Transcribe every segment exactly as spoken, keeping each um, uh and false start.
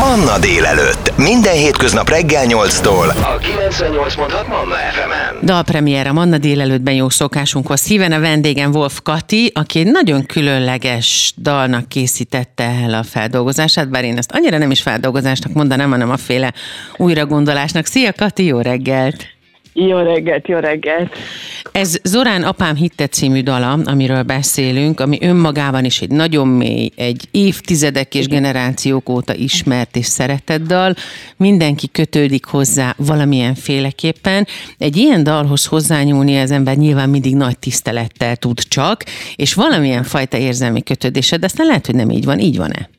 Manna délelőtt. Minden hétköznap reggel nyolctól a kilencvennyolc pont hat Manna ef emen. Dalpremiér a Manna délelőttben jó szokásunkhoz híven a vendégem Wolf Kati, aki egy nagyon különleges dalnak készítette el a feldolgozását, bár én ezt annyira nem is feldolgozásnak mondanám, hanem a féle újragondolásnak. Szia Kati, jó reggelt! Jó reggelt, jó reggelt! Ez Zorán Apám hitte című dala, amiről beszélünk, ami önmagában is egy nagyon mély, egy évtizedek és generációk óta ismert és szeretett dal. Mindenki kötődik hozzá valamilyen féleképpen. Egy ilyen dalhoz hozzányúlni az ember nyilván mindig nagy tisztelettel tud csak, és valamilyen fajta érzelmi kötődésed, de aztán lehet, hogy nem így van. Így van-e?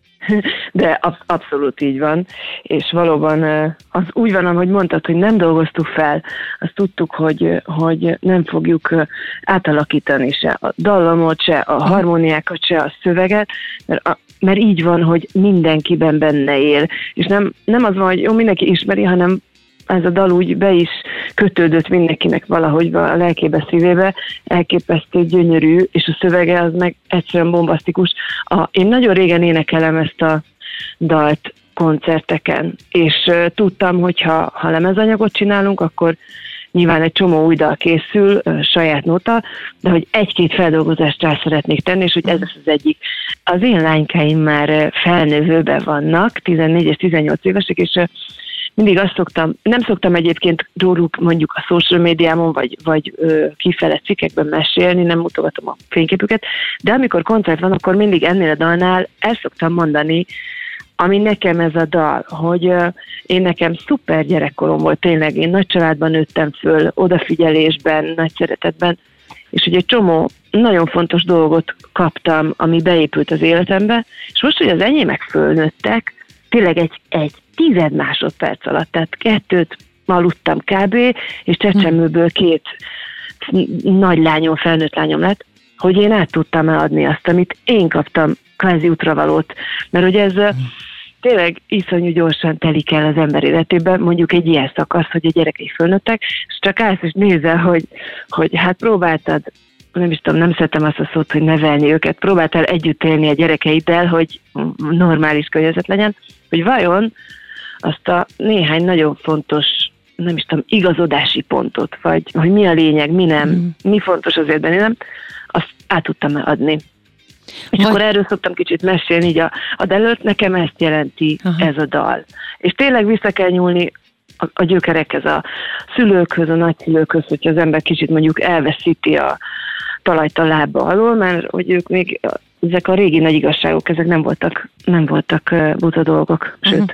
De ab- abszolút így van, és valóban az úgy van, ahogy mondtad, hogy nem dolgoztuk fel, azt tudtuk, hogy, hogy nem fogjuk átalakítani se a dallamot, se a harmóniákat, se a szöveget, mert, a, mert így van, hogy mindenkiben benne él, és nem, nem az van, hogy jó, mindenki ismeri, hanem ez a dal úgy be is kötődött mindenkinek valahogy a lelkébe, szívébe, elképesztő gyönyörű, és a szövege az meg egyszerűen bombasztikus. A, én nagyon régen énekelem ezt a dalt koncerteken, és uh, tudtam, hogy ha, ha lemezanyagot csinálunk, akkor nyilván egy csomó új dal készül, uh, saját nóta, de hogy egy-két feldolgozást rá szeretnék tenni, és hogy ez lesz az egyik. Az én lánykáim már felnövőben vannak, tizennégy és tizennyolc évesek, és uh, mindig azt szoktam, nem szoktam egyébként róluk mondjuk a social médiámon, vagy, vagy ö, kifele cikkekben mesélni, nem mutogatom a fényképüket, de amikor koncert van, akkor mindig ennél a dalnál el szoktam mondani, ami nekem ez a dal, hogy ö, én nekem szuper gyerekkorom volt, tényleg én nagy családban nőttem föl, odafigyelésben, nagy szeretetben, és hogy egy csomó nagyon fontos dolgot kaptam, ami beépült az életembe, és most, hogy az enyémek fölnőttek, tényleg egy, egy tized másodperc alatt, tehát kettőt aludtam kb, és csecsemőből két nagy lányom, felnőtt lányom lett, hogy én át tudtam adni azt, amit én kaptam kvázi útravalót, mert hogy ez tényleg iszonyú gyorsan telik el az ember életében, mondjuk egy ilyen szakasz, hogy a gyerekei fölnőttek, és csak állsz és nézel, hogy, hogy hát próbáltad, nem is tudom, nem szeretem azt a szót, hogy nevelni őket, próbáltál együtt élni a gyerekeiddel, hogy normális környezet legyen, hogy vajon azt a néhány nagyon fontos, nem is tudom, igazodási pontot, vagy hogy mi a lényeg, mi nem, mm. mi fontos azért benni, nem, azt át tudtam adni. És vagy... akkor erről szoktam kicsit mesélni, így a, a delőtt nekem ezt jelenti Aha. ez a dal. És tényleg vissza kell nyúlni a, a gyökerekhez, a szülőkhöz, a nagyszülőkhöz, hogyha az ember kicsit mondjuk elveszíti a talajt a lába alól, mert hogy ők még, ezek a régi nagy igazságok, ezek nem voltak, nem voltak buta dolgok, sőt. Uh-huh.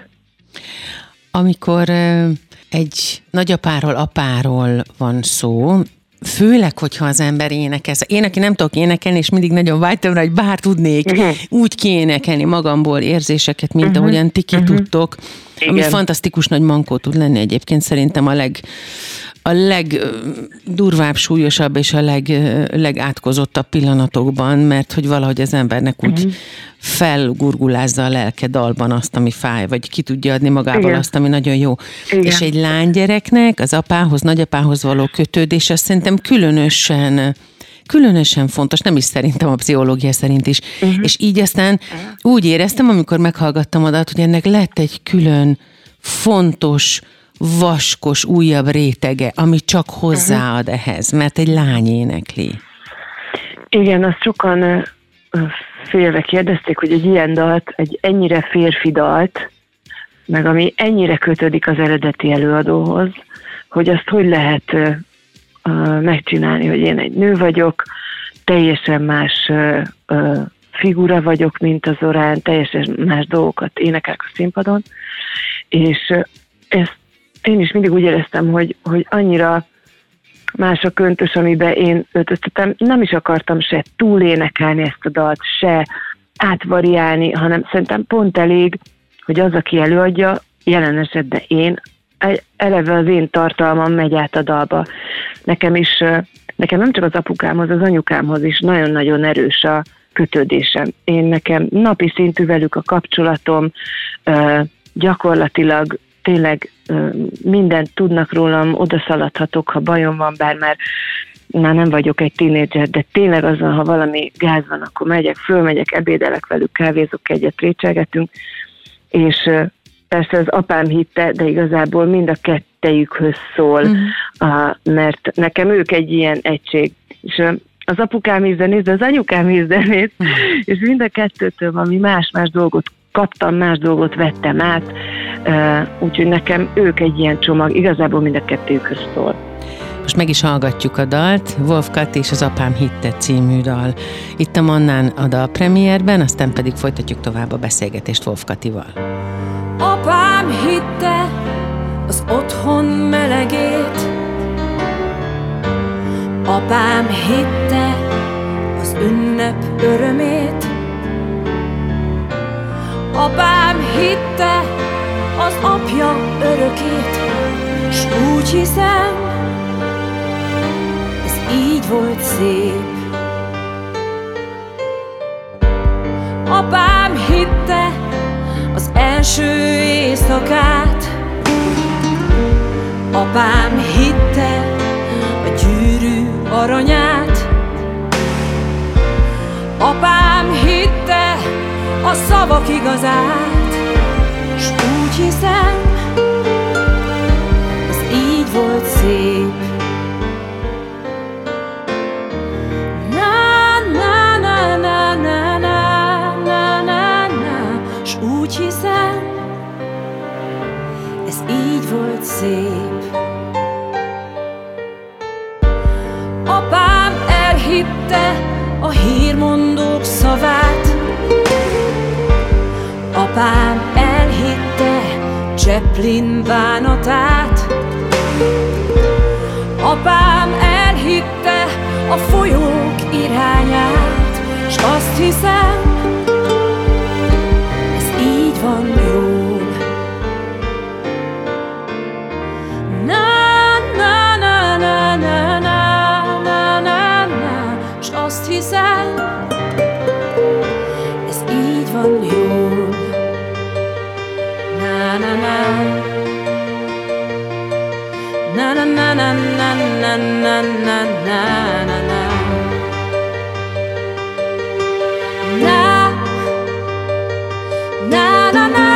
Amikor egy nagyapáról, apáról van szó, főleg, hogyha az ember énekel. Én, aki nem tudok énekelni, és mindig nagyon vágytam rá, hogy bár tudnék uh-huh. úgy kiénekelni magamból érzéseket, mint uh-huh. ahogyan ti ki uh-huh. tudtok, ami Igen. fantasztikus nagy mankó tud lenni egyébként. Szerintem a leg a legdurvább, súlyosabb és a leg, legátkozottabb pillanatokban, mert hogy valahogy az embernek úgy uh-huh. felgurgulázza a lelke dalban azt, ami fáj, vagy ki tudja adni magából Igen. azt, ami nagyon jó. Igen. És egy lánygyereknek az apához, nagyapához való kötődés, azt szerintem különösen különösen fontos, nem is szerintem, a pszichológia szerint is. Uh-huh. És így aztán uh-huh. úgy éreztem, amikor meghallgattam a dalt, hogy ennek lett egy külön fontos, vaskos, újabb rétege, ami csak hozzáad ehhez, mert egy lány énekli. Igen, azt sokan félve kérdezték, hogy egy ilyen dalt, egy ennyire férfi dalt, meg ami ennyire kötődik az eredeti előadóhoz, hogy azt hogy lehet uh, megcsinálni, hogy én egy nő vagyok, teljesen más uh, uh, figura vagyok, mint az Zorán, teljesen más dolgokat énekelek a színpadon, és uh, ezt én is mindig úgy éreztem, hogy, hogy annyira más a köntös, amiben én öltöztetem. Nem is akartam se túlénekelni ezt a dalt, se átvariálni, hanem szerintem pont elég, hogy az, aki előadja, jelen esetben én, eleve az én tartalmam megy át a dalba. Nekem is, nekem nem csak az apukámhoz, az anyukámhoz is nagyon-nagyon erős a kötődésem. Én nekem napi szintű velük a kapcsolatom, gyakorlatilag tényleg mindent tudnak rólam, odaszaladhatok, ha bajom van, bár már, már nem vagyok egy tínédzser, de tényleg azon, ha valami gáz van, akkor megyek, fölmegyek, ebédelek velük, kávézok egyet, récselgetünk, és persze az apám hitte, de igazából mind a kettejükhöz szól, uh-huh. a, mert nekem ők egy ilyen egység. És az apukám is zenész, de az anyukám is zenész, uh-huh. és mind a kettőtől valami más-más dolgot kaptam, más dolgot vettem át, úgyhogy nekem ők egy ilyen csomag, igazából mind a kettőkhöz szól. Most meg is hallgatjuk a dalt, Wolf Kati és az Apám hitte című dal. Itt a Mannán a dalpremierben, aztán pedig folytatjuk tovább a beszélgetést Wolf Katival. Apám hitte az otthon melegét, apám hitte az ünnep örömét, apám hitte az apja örökét, s úgy hiszem, ez így volt szép. Apám hitte az első éjszakát, apám hitte a gyűrű aranyát, apám hitte a szavak igazát, s úgy hiszem, ez így volt szép. Úgy hiszem, ez így volt szép. Apám elhitte a hírmondók szavát, apám elhitte Chaplin bánatát, apám elhitte a folyók irányát, s azt hiszem, így van jó. Na, na, na, na, na, na, na, na, na, s azt hiszem, ez így van jó. Na, na, na, na, na, na, na, na, na, na, na, na, na, na. Na, na, na.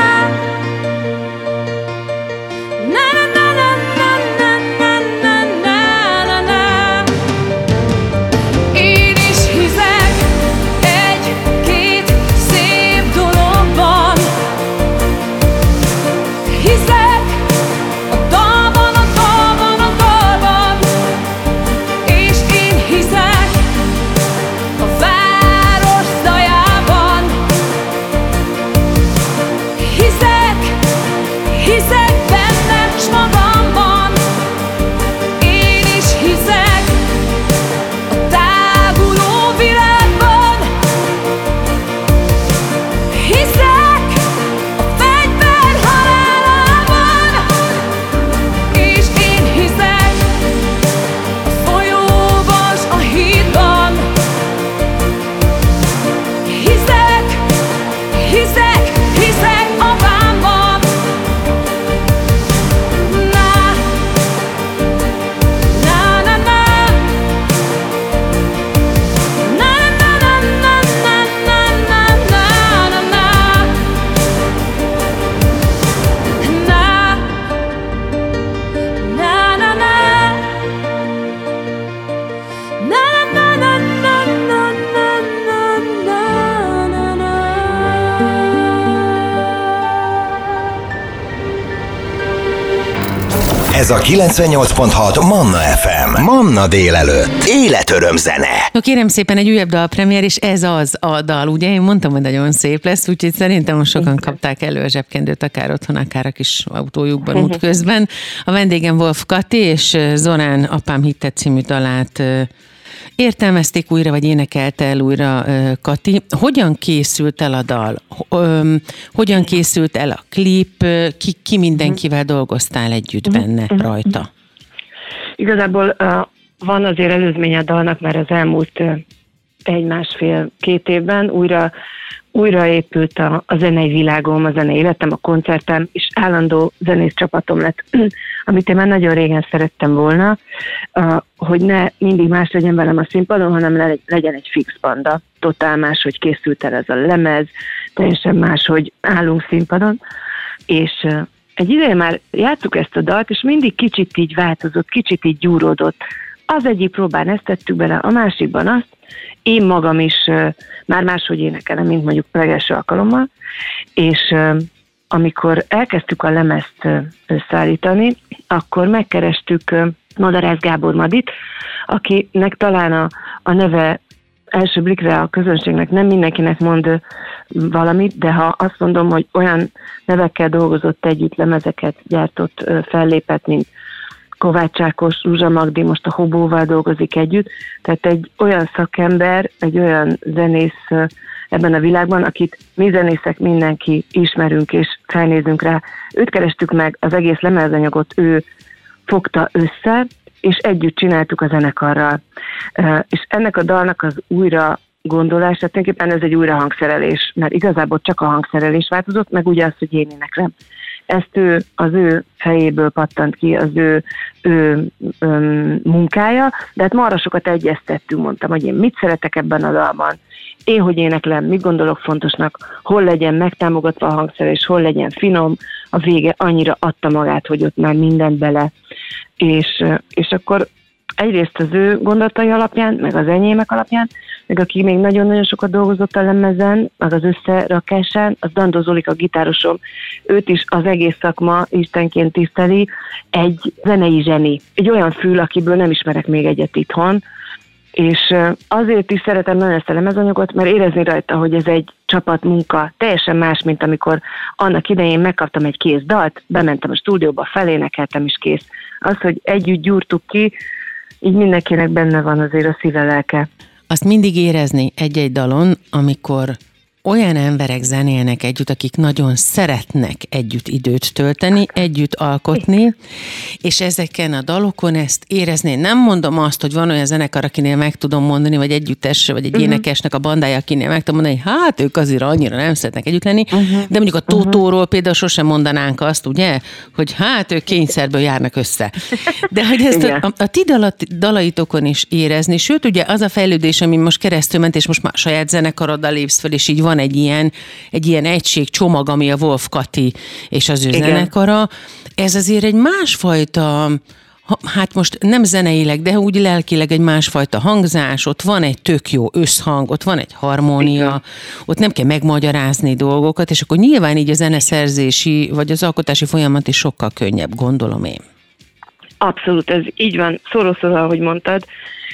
Ez a kilencvennyolc pont hat Manna ef em. Manna délelőtt. Életöröm zene. No, kérem szépen, egy újabb dalpremiér, és ez az a dal, ugye? Én mondtam, hogy nagyon szép lesz, úgyhogy szerintem most sokan kapták elő a zsebkendőt, akár otthon, akár a kis autójukban útközben. A vendégem Wolf Kati, és Zorán Apám hitte című dalát értelmezték újra, vagy énekelte el újra Kati. Hogyan készült el a dal? Hogyan készült el a klip? Ki, ki mindenkivel dolgoztál együtt benne, rajta? Igazából van azért előzménye a dalnak, mert az elmúlt egy-másfél-két évben újra újraépült a, a zenei világom, a zenei életem, a koncertem, és állandó zenész csapatom lett, amit én már nagyon régen szerettem volna, hogy ne mindig más legyen velem a színpadon, hanem legyen egy fix banda. Totál más, hogy készült el ez a lemez, teljesen más, hogy állunk színpadon, és egy ideje már játsszuk ezt a dalt, és mindig kicsit így változott, kicsit így gyúródott. Az egyik próbán ezt tettük bele, a másikban azt. Én magam is uh, már máshogy énekelem, mint mondjuk legelső alkalommal, és uh, amikor elkezdtük a lemezt uh, összeállítani, akkor megkerestük uh, Madarász Gábor Madit, akinek talán a, a neve első blikre a közönségnek nem mindenkinek mond uh, valamit, de ha azt mondom, hogy olyan nevekkel dolgozott együtt, lemezeket gyártott, uh, fellépett, mint Kovács Ákos, Zsuzsa Magdi most a Hobóval dolgozik együtt, tehát egy olyan szakember, egy olyan zenész ebben a világban, akit mi zenészek mindenki ismerünk és felnézünk rá. Őt kerestük meg, az egész lemezanyagot ő fogta össze, és együtt csináltuk a zenekarral. És ennek a dalnak az újra gondolása, tulajdonképpen ez egy újra hangszerelés, mert igazából csak a hangszerelés változott, meg ugye az, hogy én éneklem. Ezt ő, az ő fejéből pattant ki, az ő, ő, ő munkája, de hát ma arra sokat egyeztettünk, mondtam, hogy én mit szeretek ebben a dalban, én hogy éneklem, mit gondolok fontosnak, hol legyen megtámogatva a hangszerelés, hol legyen finom, a vége annyira adta magát, hogy ott már mindent bele. És, és akkor egyrészt az ő gondolatai alapján, meg az enyémek alapján, meg aki még nagyon-nagyon sokat dolgozott a lemezen, meg az összerakásán, az Dandó Zolika gitárosom, őt is az egész szakma istenként tiszteli, egy zenei zseni, egy olyan fül, akiből nem ismerek még egyet itthon, és azért is szeretem nagyon ezt a lemezanyagot, mert érezni rajta, hogy ez egy csapatmunka, teljesen más, mint amikor annak idején megkaptam egy kész dalt, bementem a stúdióba, felénekeltem is kész. Az, hogy együtt gyúrtuk ki, így mindenkinek benne van azért a szíve, lelke. Azt mindig érezni egy-egy dalon, amikor olyan emberek zenélnek együtt, akik nagyon szeretnek együtt időt tölteni, együtt alkotni, és ezeken a dalokon ezt érezni. Nem mondom azt, hogy van olyan zenekar, akinél meg tudom mondani, vagy együttes, vagy egy uh-huh. énekesnek a bandája, akinél meg tudom mondani, hogy hát ők azért annyira nem szeretnek együtt lenni, uh-huh. de mondjuk a Tótóról uh-huh. például sosem mondanánk azt, ugye, hogy hát ők kényszerből járnak össze. De hogy ezt a, a, a ti dalaitokon is érezni, sőt, ugye az a fejlődés, ami most keresztül ment, és most már saját zenekaroddal lépsz fel, és így van egy ilyen, egy ilyen egységcsomag, ami a Wolf Kati és az ő Igen. zenekara. Ez azért egy másfajta, hát most nem zeneileg, de úgy lelkileg egy másfajta hangzás, ott van egy tök jó összhang, ott van egy harmónia, Igen. ott nem kell megmagyarázni dolgokat, és akkor nyilván így a zeneszerzési, vagy az alkotási folyamat is sokkal könnyebb, gondolom én. Abszolút, ez így van, szó-szóval, ahogy mondtad,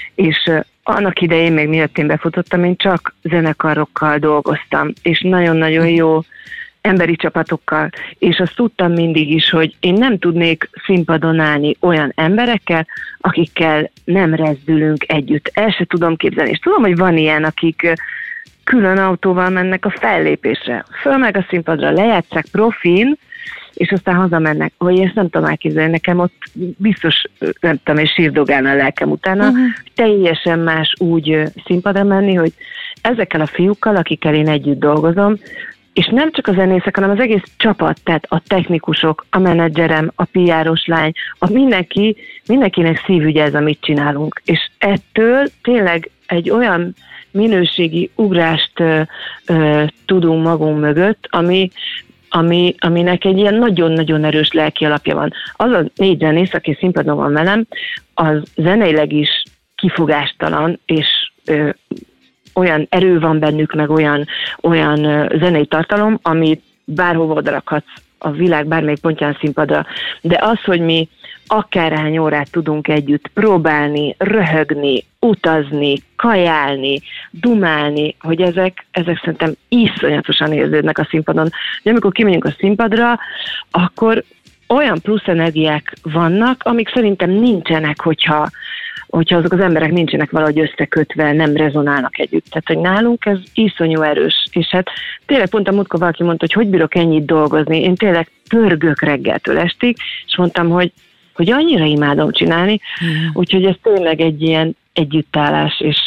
és annak idején, még miatt én befutottam, én csak zenekarokkal dolgoztam, és nagyon-nagyon jó emberi csapatokkal, és azt tudtam mindig is, hogy én nem tudnék színpadon állni olyan emberekkel, akikkel nem rezdülünk együtt. El se tudom képzelni, és tudom, hogy van ilyen, akik külön autóval mennek a fellépésre, föl meg a színpadra, lejátszák profin, és aztán hazamennek, hogy ezt nem tudom elképzelni, nekem ott biztos, nem tudom, és sírdogálna a lelkem utána, uh-huh. teljesen más úgy színpadra menni, hogy ezekkel a fiúkkal, akikkel én együtt dolgozom, és nem csak a zenészek, hanem az egész csapat, tehát a technikusok, a menedzserem, a pé er-os lány, a mindenki, mindenkinek szívügye ez, amit csinálunk. És ettől tényleg egy olyan minőségi ugrást ö, ö, tudunk magunk mögött, ami Ami, aminek egy ilyen nagyon-nagyon erős lelki alapja van. Az a négy zenész, aki színpadon van velem, az zeneileg is kifogástalan, és ö, olyan erő van bennük, meg olyan, olyan ö, zenei tartalom, amit bárhova odarakhatsz a világ bármelyik pontján színpadra. De az, hogy mi akárhány órát tudunk együtt próbálni, röhögni, utazni, kajálni, dumálni, hogy ezek, ezek szerintem iszonyatosan érződnek a színpadon. De amikor kimegyünk a színpadra, akkor olyan plusz energiák vannak, amik szerintem nincsenek, hogyha, hogyha azok az emberek nincsenek valahogy összekötve, nem rezonálnak együtt. Tehát, hogy nálunk ez iszonyú erős. És hát tényleg pont a múltkor valaki mondta, hogy hogy bírok ennyit dolgozni. Én tényleg pörgök reggeltől estig, és mondtam, hogy hogy annyira imádom csinálni, mm. úgyhogy ez tényleg egy ilyen együttállás, és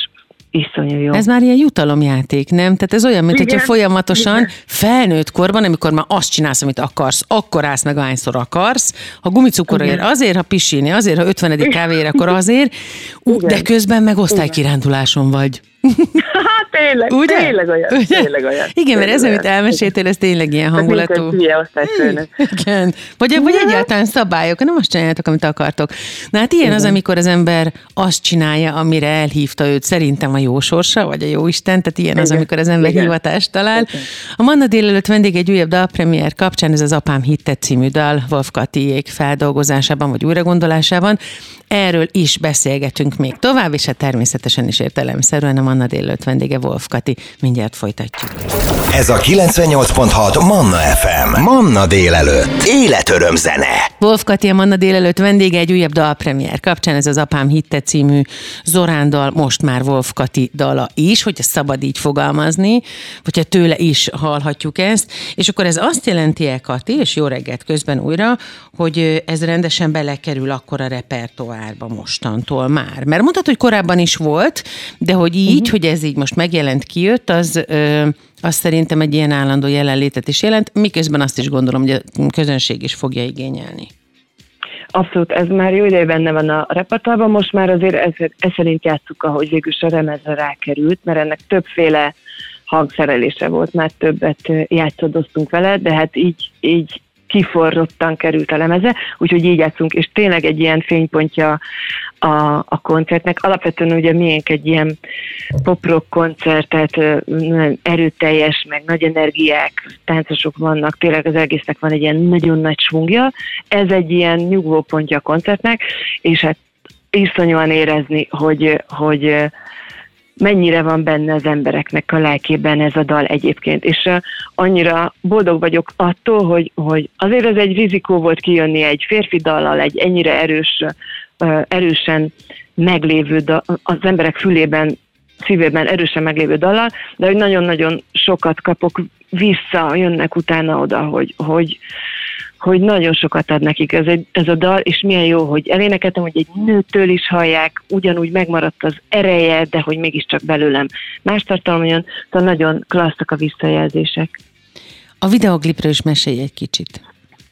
iszonyú jó. Ez már ilyen jutalomjáték, nem? Tehát ez olyan, mint Igen, hogyha folyamatosan igen. felnőtt korban, amikor már azt csinálsz, amit akarsz, akkor állsz meg, ahányszor akarsz. Ha gumicukorért azért, ha pisilni azért, ha ötvenedik kávéért, akkor azért, Ú, de közben meg osztálykiránduláson vagy. Hát tényleg, Ugye? tényleg olyan, Ugye? tényleg olyan. Igen, mert ez, tényleg amit elmeséltél, ez tényleg ilyen Tehát hangulatú. mint egy hülye osztályfőnök. Igen. Vagy, vagy egyáltalán szabályok, nem azt csináljátok, amit akartok. Na hát ilyen az, amikor az ember azt csinálja, amire elhívta őt, szerintem a jó sorsa, vagy a jó Isten, tehát ilyen az, Igen. amikor az ember Igen. hivatást talál. Igen. A Manna délelőtt vendég egy újabb dalpremiér kapcsán, ez az Apám hitte című dal Wolf Katiék feldolgozásában, vagy újragondolásában. Erről is beszélgetünk még tovább, és hát természetesen is értelemszerűen a Manna délelőtt vendége Wolf Kati. Mindjárt folytatjuk. Ez a kilencvennyolc pont hat Manna ef em. Manna délelőtt. Életöröm zene. Wolf Kati a Manna délelőtt vendége egy újabb dalpremiér kapcsán, ez az Apám hitte című Zorán dal, most már Wolf Kati dala is, hogyha szabad így fogalmazni, hogyha tőle is hallhatjuk ezt, és akkor ez azt jelenti-e, Kati, és jó reggelt közben újra, hogy ez rendesen belekerül akkor a repertoárba mostantól már. Mert mondtad, hogy korábban is volt, de hogy így, uh-huh. hogy ez így most megjelent, kijött, az, ö, az szerintem egy ilyen állandó jelenlétet is jelent, miközben azt is gondolom, hogy a közönség is fogja igényelni. Abszolút, ez már jó ideje benne van a repertoárban, most már azért ez, ez szerint játsszuk, ahogy végül is a remezre rákerült, mert ennek többféle hangszerelése volt, már többet játszadoztunk vele, de hát így, így kiforrottan került a lemeze, úgyhogy így játszunk, és tényleg egy ilyen fénypontja a, a koncertnek. Alapvetően ugye miénk egy ilyen pop-rock koncert, tehát erőteljes, meg nagy energiák, táncosok vannak, tényleg az egésznek van egy ilyen nagyon nagy svungja. Ez egy ilyen nyugvópontja a koncertnek, és hát iszonyúan érezni, hogy, hogy mennyire van benne az embereknek a lelkében ez a dal egyébként. És uh, annyira boldog vagyok attól, hogy, hogy azért ez egy rizikó volt kijönni egy férfi dallal, egy ennyire erős, uh, erősen meglévő dal, az emberek fülében, szívében erősen meglévő dallal, de hogy nagyon-nagyon sokat kapok vissza, jönnek utána oda, hogy, hogy hogy nagyon sokat ad nekik ez, egy, ez a dal, és milyen jó, hogy elénekeltem, hogy egy nőtől is hallják, ugyanúgy megmaradt az ereje, de hogy mégiscsak belőlem más tartalom jön, szóval nagyon klasszak a visszajelzések. A videoklipről is mesélj egy kicsit.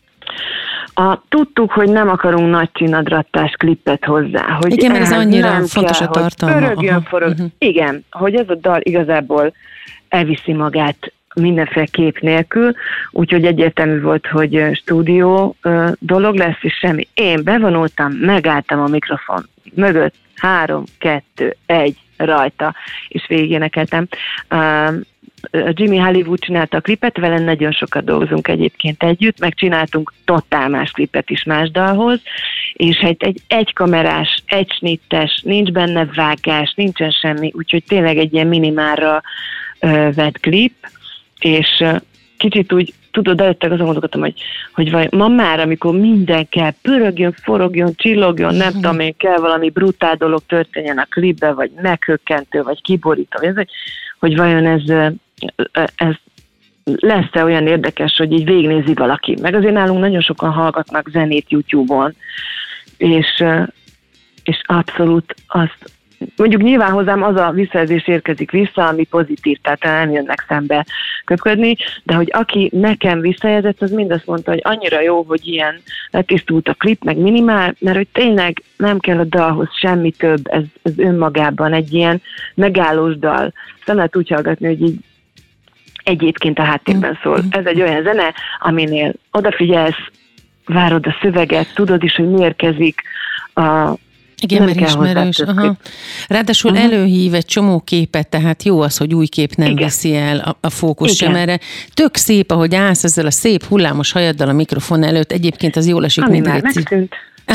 A, tudtuk, hogy nem akarunk nagy csinadrattás klippet hozzá. Hogy igen, mert ez annyira fontos kell, a tartalma. Hogy pörögjön, forog. Uh-huh. Igen, hogy ez a dal igazából elviszi magát mindenféle kép nélkül, úgyhogy egyértelmű volt, hogy stúdió uh, dolog lesz, és semmi. Én bevonultam, megálltam a mikrofon mögött, három, kettő, egy, rajta, és végigénekeltem. Uh, Jimmy Hollywood csinálta a klipet, vele nagyon sokat dolgozunk egyébként együtt, meg csináltunk totál más klipet is más dalhoz, és egy, egy egykamerás, egy snittes, nincs benne vágás, nincsen semmi, úgyhogy tényleg egy ilyen minimálra uh, vett klip, és uh, kicsit úgy, tudod, előttek azon gondolkodtam, hogy, hogy vaj, ma már, amikor minden kell, pörögjön, forogjon, csillogjon, nem mm-hmm. tudom én, kell valami brutál dolog történjen a klipbe, vagy meghökkentő, vagy kiborító, ez, hogy, hogy vajon ez, ez lesz-e olyan érdekes, hogy így végignézi valaki. Meg azért nálunk nagyon sokan hallgatnak zenét YouTube-on, és, és abszolút azt, mondjuk nyilván hozzám az a visszajelzés érkezik vissza, ami pozitív, tehát nem jönnek szembe köpködni, de hogy aki nekem visszajelzett, az mind azt mondta, hogy annyira jó, hogy ilyen letisztult a klip, meg minimál, mert hogy tényleg nem kell a dalhoz semmi több, ez, ez önmagában egy ilyen megállós dal. Aztán lehet úgy hallgatni, hogy így egyébként a háttérben szól. Ez egy olyan zene, aminél odafigyelsz, várod a szöveget, tudod is, hogy mi érkezik a igen, mert ismerős. Aha. Ráadásul uh-huh. előhív egy csomó képet, tehát jó az, hogy új kép nem igen. viszi el a, a fókusz sem erre. Tök szép, ahogy állsz ezzel a szép hullámos hajaddal a mikrofon előtt, egyébként az jól esik. Ami már megszűnt.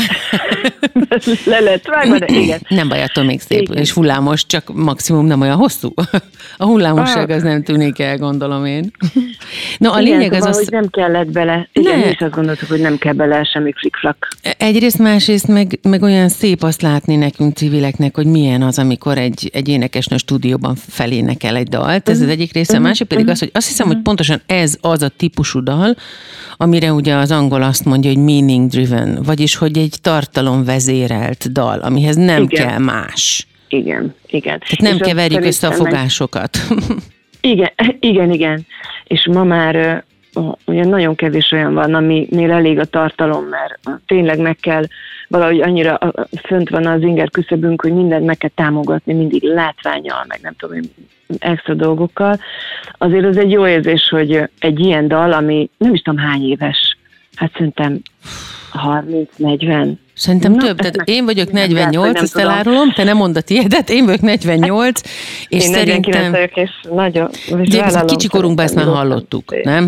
Le lett vágva, de igen. Nem baj, attól még szép igen. és hullámos, csak maximum nem olyan hosszú. A hullámosság az nem tűnik el, gondolom én. No, a igen, lényeg szóval, az az... hogy nem kellett bele. Igen, mi is azt gondoltuk, hogy nem kell bele semmi flikflak. Egyrészt, másrészt meg, meg olyan szép azt látni nekünk civileknek, hogy milyen az, amikor egy, egy énekesnő stúdióban felénekel egy dalt. Ez az egyik része. A másik pedig az, hogy azt hiszem, hogy pontosan ez az a típusú dal, amire ugye az angol azt mondja, hogy meaning driven, vagyis hogy egy tartalomvezérelt dal, amihez nem igen. kell más. igen, igen. Tehát nem és keverjük össze a fogásokat. Igen, igen, igen. És ma már ugye nagyon kevés olyan van, aminél elég a tartalom, mert tényleg meg kell, valahogy annyira fönt van az inger küszöbünk, hogy mindent meg kell támogatni, mindig látvánnyal, meg nem tudom, extra dolgokkal. Azért az egy jó érzés, hogy egy ilyen dal, ami nem is tudom hány éves, hát szerintem harminc-negyven. Szerintem Na, több, tehát én vagyok negyvennyolc, ezt elárulom, te nem mondd a tiédet, én vagyok negyvennyolc, és én szerintem... vagyok, és nagyon... Kicsi korunkban ezt már hallottuk, nem?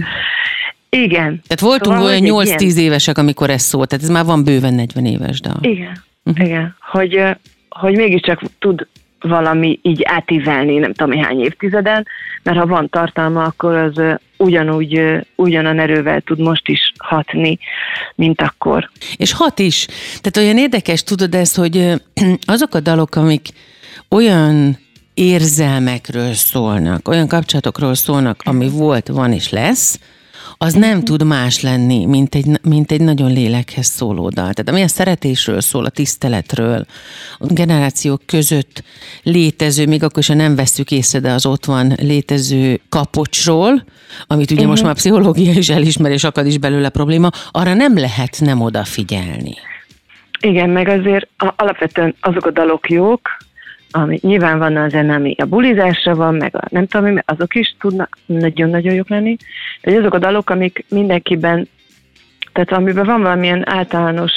Igen. Tehát voltunk olyan nyolc-tíz évesek, amikor ez szólt, tehát ez már van bőven negyven éves dal. Igen, uh-huh. igen. Hogy, hogy mégiscsak tud valami így átívelni, nem tudom, hány évtizeden, mert ha van tartalma, akkor az ugyanúgy, ugyanan erővel tud most is hatni, mint akkor. És hat is. Tehát olyan érdekes, tudod ezt, hogy azok a dalok, amik olyan érzelmekről szólnak, olyan kapcsolatokról szólnak, ami volt, van és lesz, az nem tud más lenni, mint egy, mint egy nagyon lélekhez szóló dal. Tehát ami a szeretésről szól, a tiszteletről, a generációk között létező, még akkor sem nem vesszük észre, de az ott van létező kapocsról, amit ugye uh-huh. most már pszichológia is elismer, és akad is belőle probléma, arra nem lehet nem odafigyelni. Igen, meg azért alapvetően azok a dalok jók, ami nyilván van a zene, ami a bulizásra van, meg a nem tudom, azok is tudnak nagyon-nagyon jók lenni. De azok a dalok, amik mindenkiben, tehát amiben van valamilyen általános,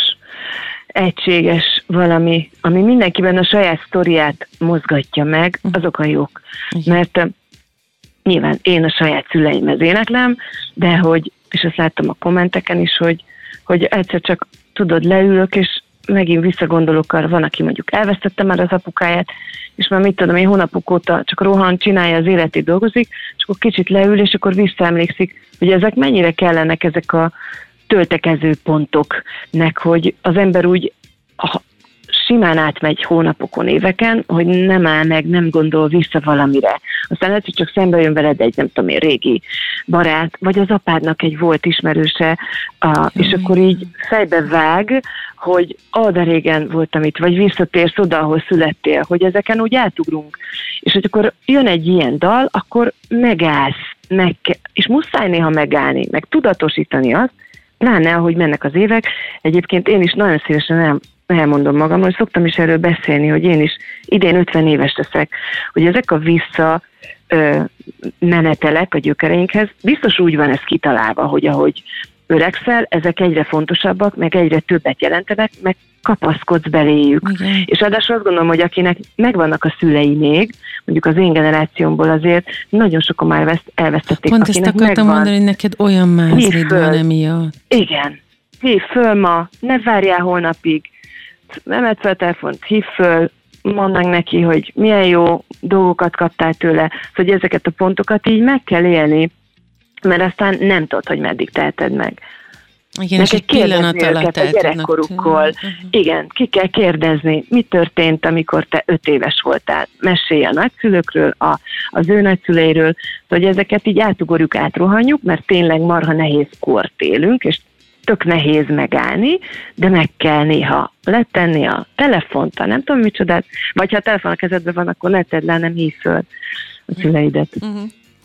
egységes valami, ami mindenkiben a saját sztoriát mozgatja meg, azok a jók. Mert uh, nyilván én a saját szüleimhez éneklem, de hogy, és azt láttam a kommenteken is, hogy, hogy egyszer csak tudod, leülök, és megint visszagondolok arra, van, aki mondjuk elvesztette már az apukáját, és már mit tudom, én hónapok óta csak rohan, csinálja az életét, dolgozik, és akkor kicsit leül, és akkor visszaemlékszik, hogy ezek mennyire kellenek, ezek a töltekező pontok nek, hogy az ember úgy simán átmegy hónapokon, éveken, hogy nem áll meg, nem gondol vissza valamire. Aztán lehet, hogy csak szembe jön veled egy, nem tudom én, régi barát, vagy az apádnak egy volt ismerőse, a, és akkor így fejbe vág, hogy ó, de régen voltam itt, vagy visszatérsz oda, ahol születtél, hogy ezeken úgy átugrunk. És hogy akkor jön egy ilyen dal, akkor megállsz, meg, és muszáj néha megállni, meg tudatosítani azt, pláne, ahogy mennek az évek. Egyébként én is nagyon szívesen el, elmondom magamról, hogy szoktam is erről beszélni, hogy én is idén ötven éves leszek, hogy ezek a vissza ö, menetelek a gyökereinkhez, biztos úgy van ez kitalálva, hogy ahogy öregszel, ezek egyre fontosabbak, meg egyre többet jelentenek, meg kapaszkodsz beléjük. Okay. És ráadásul azt gondolom, hogy akinek megvannak a szülei még, mondjuk az én generációmból azért nagyon sokan már elvesztették. Pont ezt akartam megvan, mondani, hogy neked olyan mázlid van emiatt. Igen. Hív föl ma, ne várjál holnapig, nem vedd fel a telefont, hív föl, mondd meg neki, hogy milyen jó dolgokat kaptál tőle, hogy ezeket a pontokat így meg kell élni, mert aztán nem tudod, hogy meddig teheted meg. Igen, és egy pillanat alatt a gyerekkorukkor. Uh-huh. Igen, ki kell kérdezni, mi történt, amikor te öt éves voltál. Mesélj a nagyszülőkről, a, az ő nagyszüleiről, hogy ezeket így átugorjuk, átrohanjuk, mert tényleg marha nehéz kort élünk, és tök nehéz megállni, de meg kell néha letenni a telefont, nem tudom micsodát, vagy ha a telefon a kezedben van, akkor ne tedd le, nem hív föl a szüleidet. Uh-huh.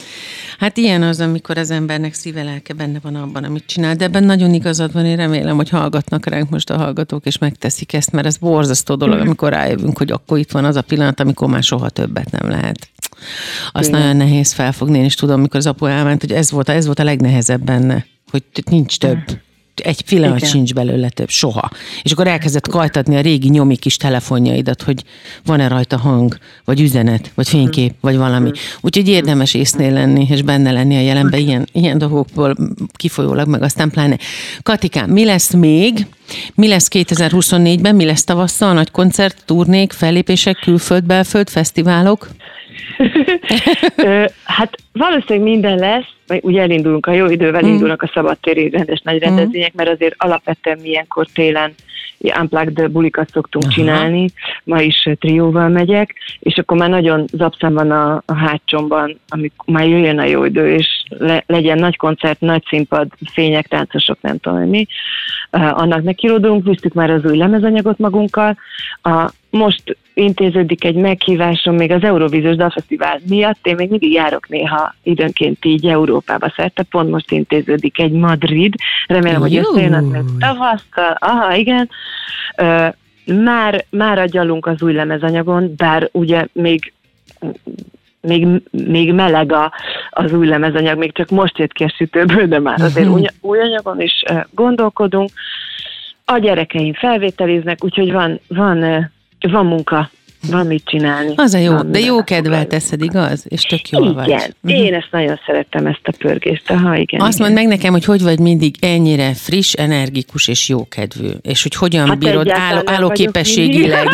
Hát ilyen az, amikor az embernek szíve, lelke benne van abban, amit csinál, de ebben nagyon igazad van, én remélem, hogy hallgatnak ránk most a hallgatók, és megteszik ezt, mert ez borzasztó dolog, amikor rájövünk, hogy akkor itt van az a pillanat, amikor már soha többet nem lehet. Azt igen. Nagyon nehéz felfogni, én is tudom, amikor az apu elment, hogy ez volt, ez volt a legnehezebb benne, hogy nincs több. Egy pillanat igen. sincs belőle több, soha. És akkor elkezdett kajtatni a régi nyomi kis telefonjaidat, hogy van-e rajta hang, vagy üzenet, vagy fénykép, vagy valami. Úgyhogy érdemes észnél lenni, és benne lenni a jelenben ilyen, ilyen dolgokból kifolyólag, meg aztán pláne. Katikám, mi lesz még? Mi lesz kétezer-huszonnégyben? Mi lesz tavasszal? Nagy koncert, turnék, fellépések, külföld, belföld, fesztiválok? hát valószínűleg minden lesz, vagy úgy elindulunk, a jó idővel mm. indulnak a szabadtéri rendes nagy rendezvények, mert azért alapvetően ilyenkor télen unplugged bulikat szoktunk Aha. csinálni, ma is trióval megyek, és akkor már nagyon zapszám van a, a hátcsomban, amikor már jöjjön a jó idő, és le, legyen nagy koncert, nagy színpad, fények, táncosok, nem tudom mi. Uh, annak nekirodunk, visztük már az új lemezanyagot magunkkal. A, most intéződik egy meghívásom még az Eurovíziós Dalfesztivál miatt, én még mindig járok néha időnként így Európába szerte, pont most intéződik egy Madrid, remélem, hogy összejön az még tavasszal, aha, igen. Uh, már, már agyalunk az új lemezanyagon, bár ugye még Még, még meleg a, az új lemezanyag, még csak most jött ki a sütőből, de már azért új, új anyagon is uh, gondolkodunk. A gyerekeim felvételiznek, úgyhogy van, van, uh, van munka, van mit csinálni. Az a jó, van, de jó kedvel teszed, igaz? És tök jól igen, vagy. Igen, én ezt nagyon szerettem, ezt a pörgést. Aha, igen, Azt igen. mondd meg nekem, hogy hogy vagy mindig ennyire friss, energikus és jókedvű, és hogy hogyan hát bírod álló, állóképességileg.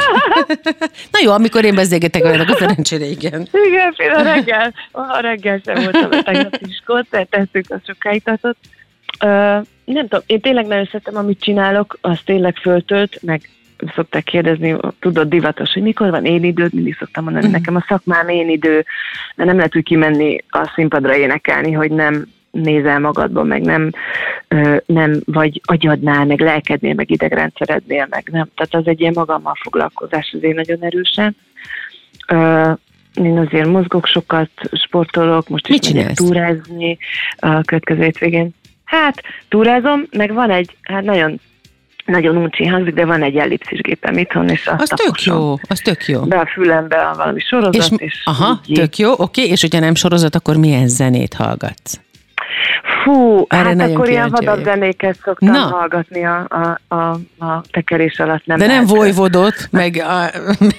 Na jó, amikor én beszélgetek veletek, a szerencsére igen. Igen, például reggel, a reggel sem voltam, a tegnap is koncerteztük, az sokáig tartott. Uh, nem tudom, én tényleg nagyon szeretem, amit csinálok, az tényleg föltölt, meg szokták kérdezni, tudod, divatos, hogy mikor van én időd, mindig szoktam mondani, uh-huh. nekem a szakmám én idő, mert nem lehet úgy kimenni a színpadra énekelni, hogy nem nézel magadban, meg nem, ö, nem vagy agyadnál, meg lelkednél, meg idegrendszerednél, meg nem. Tehát az egy ilyen magammal foglalkozás azért nagyon erősen. Ö, én azért mozgok sokat, sportolok, most is Mit megyek túrázni a következő hétvégén. Hát, túrázom, meg van egy, hát nagyon nagyon uncsi hangzik, de van egy ellipszisgépem itthon, és azt az tök jó, az tök jó. Be a fülembe a valami sorozat, és, és aha, így. Tök jó, oké, és hogyha nem sorozat, akkor milyen zenét hallgatsz? Fú, Erre hát akkor ilyen vadabb vadabb zenéket szoktam Na. hallgatni a, a, a, a tekerés alatt. Nem de nem Vojvodot, meg a...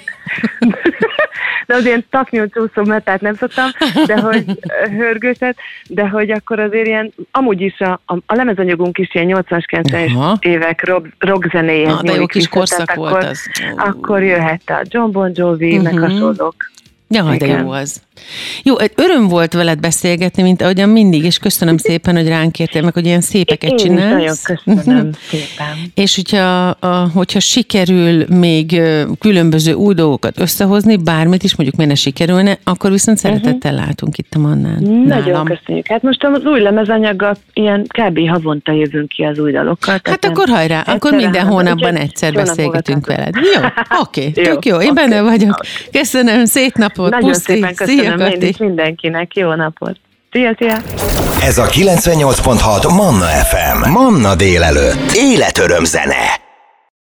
de az ilyen taknyú csúszó metát nem szoktam, de hogy hörgőset, de hogy akkor azért ilyen, amúgy is a, a, a lemezanyagunk is ilyen nyolcvanas kilencvenes évek rock, rock zenéhez Na, de jó kis korszak volt akkor, az. Akkor jöhet a John Bon Jovi, uh-huh. meg hasonlók. Jaj, de jó az. Jó, öröm volt veled beszélgetni, mint ahogyan mindig, és köszönöm szépen, hogy ránk értél, meg hogy ilyen szépeket Én csinálsz. Én nagyon köszönöm szépen. És hogyha, a, hogyha sikerül még különböző új dolgokat összehozni, bármit is mondjuk miért ne sikerülne, akkor viszont szeretettel uh-huh. látunk itt a Mannán. Nagyon nálam. Köszönjük. Hát most az új lemezanyaggal ilyen kb. Havonta jövünk ki az új dalokkal. Hát akkor hajrá, akkor minden hónapban egyszer beszélgetünk veled. Jó, oké, okay, tök jó, én okay. benne vagyok. Köszönöm, szép napot. Nagyon Puszti. szépen köszönöm Szia, én is mindenkinek. Jó napot. Szia, szia. Ez a kilencvennyolc pont hat Manna ef em. Manna délelőtt. Életöröm zene.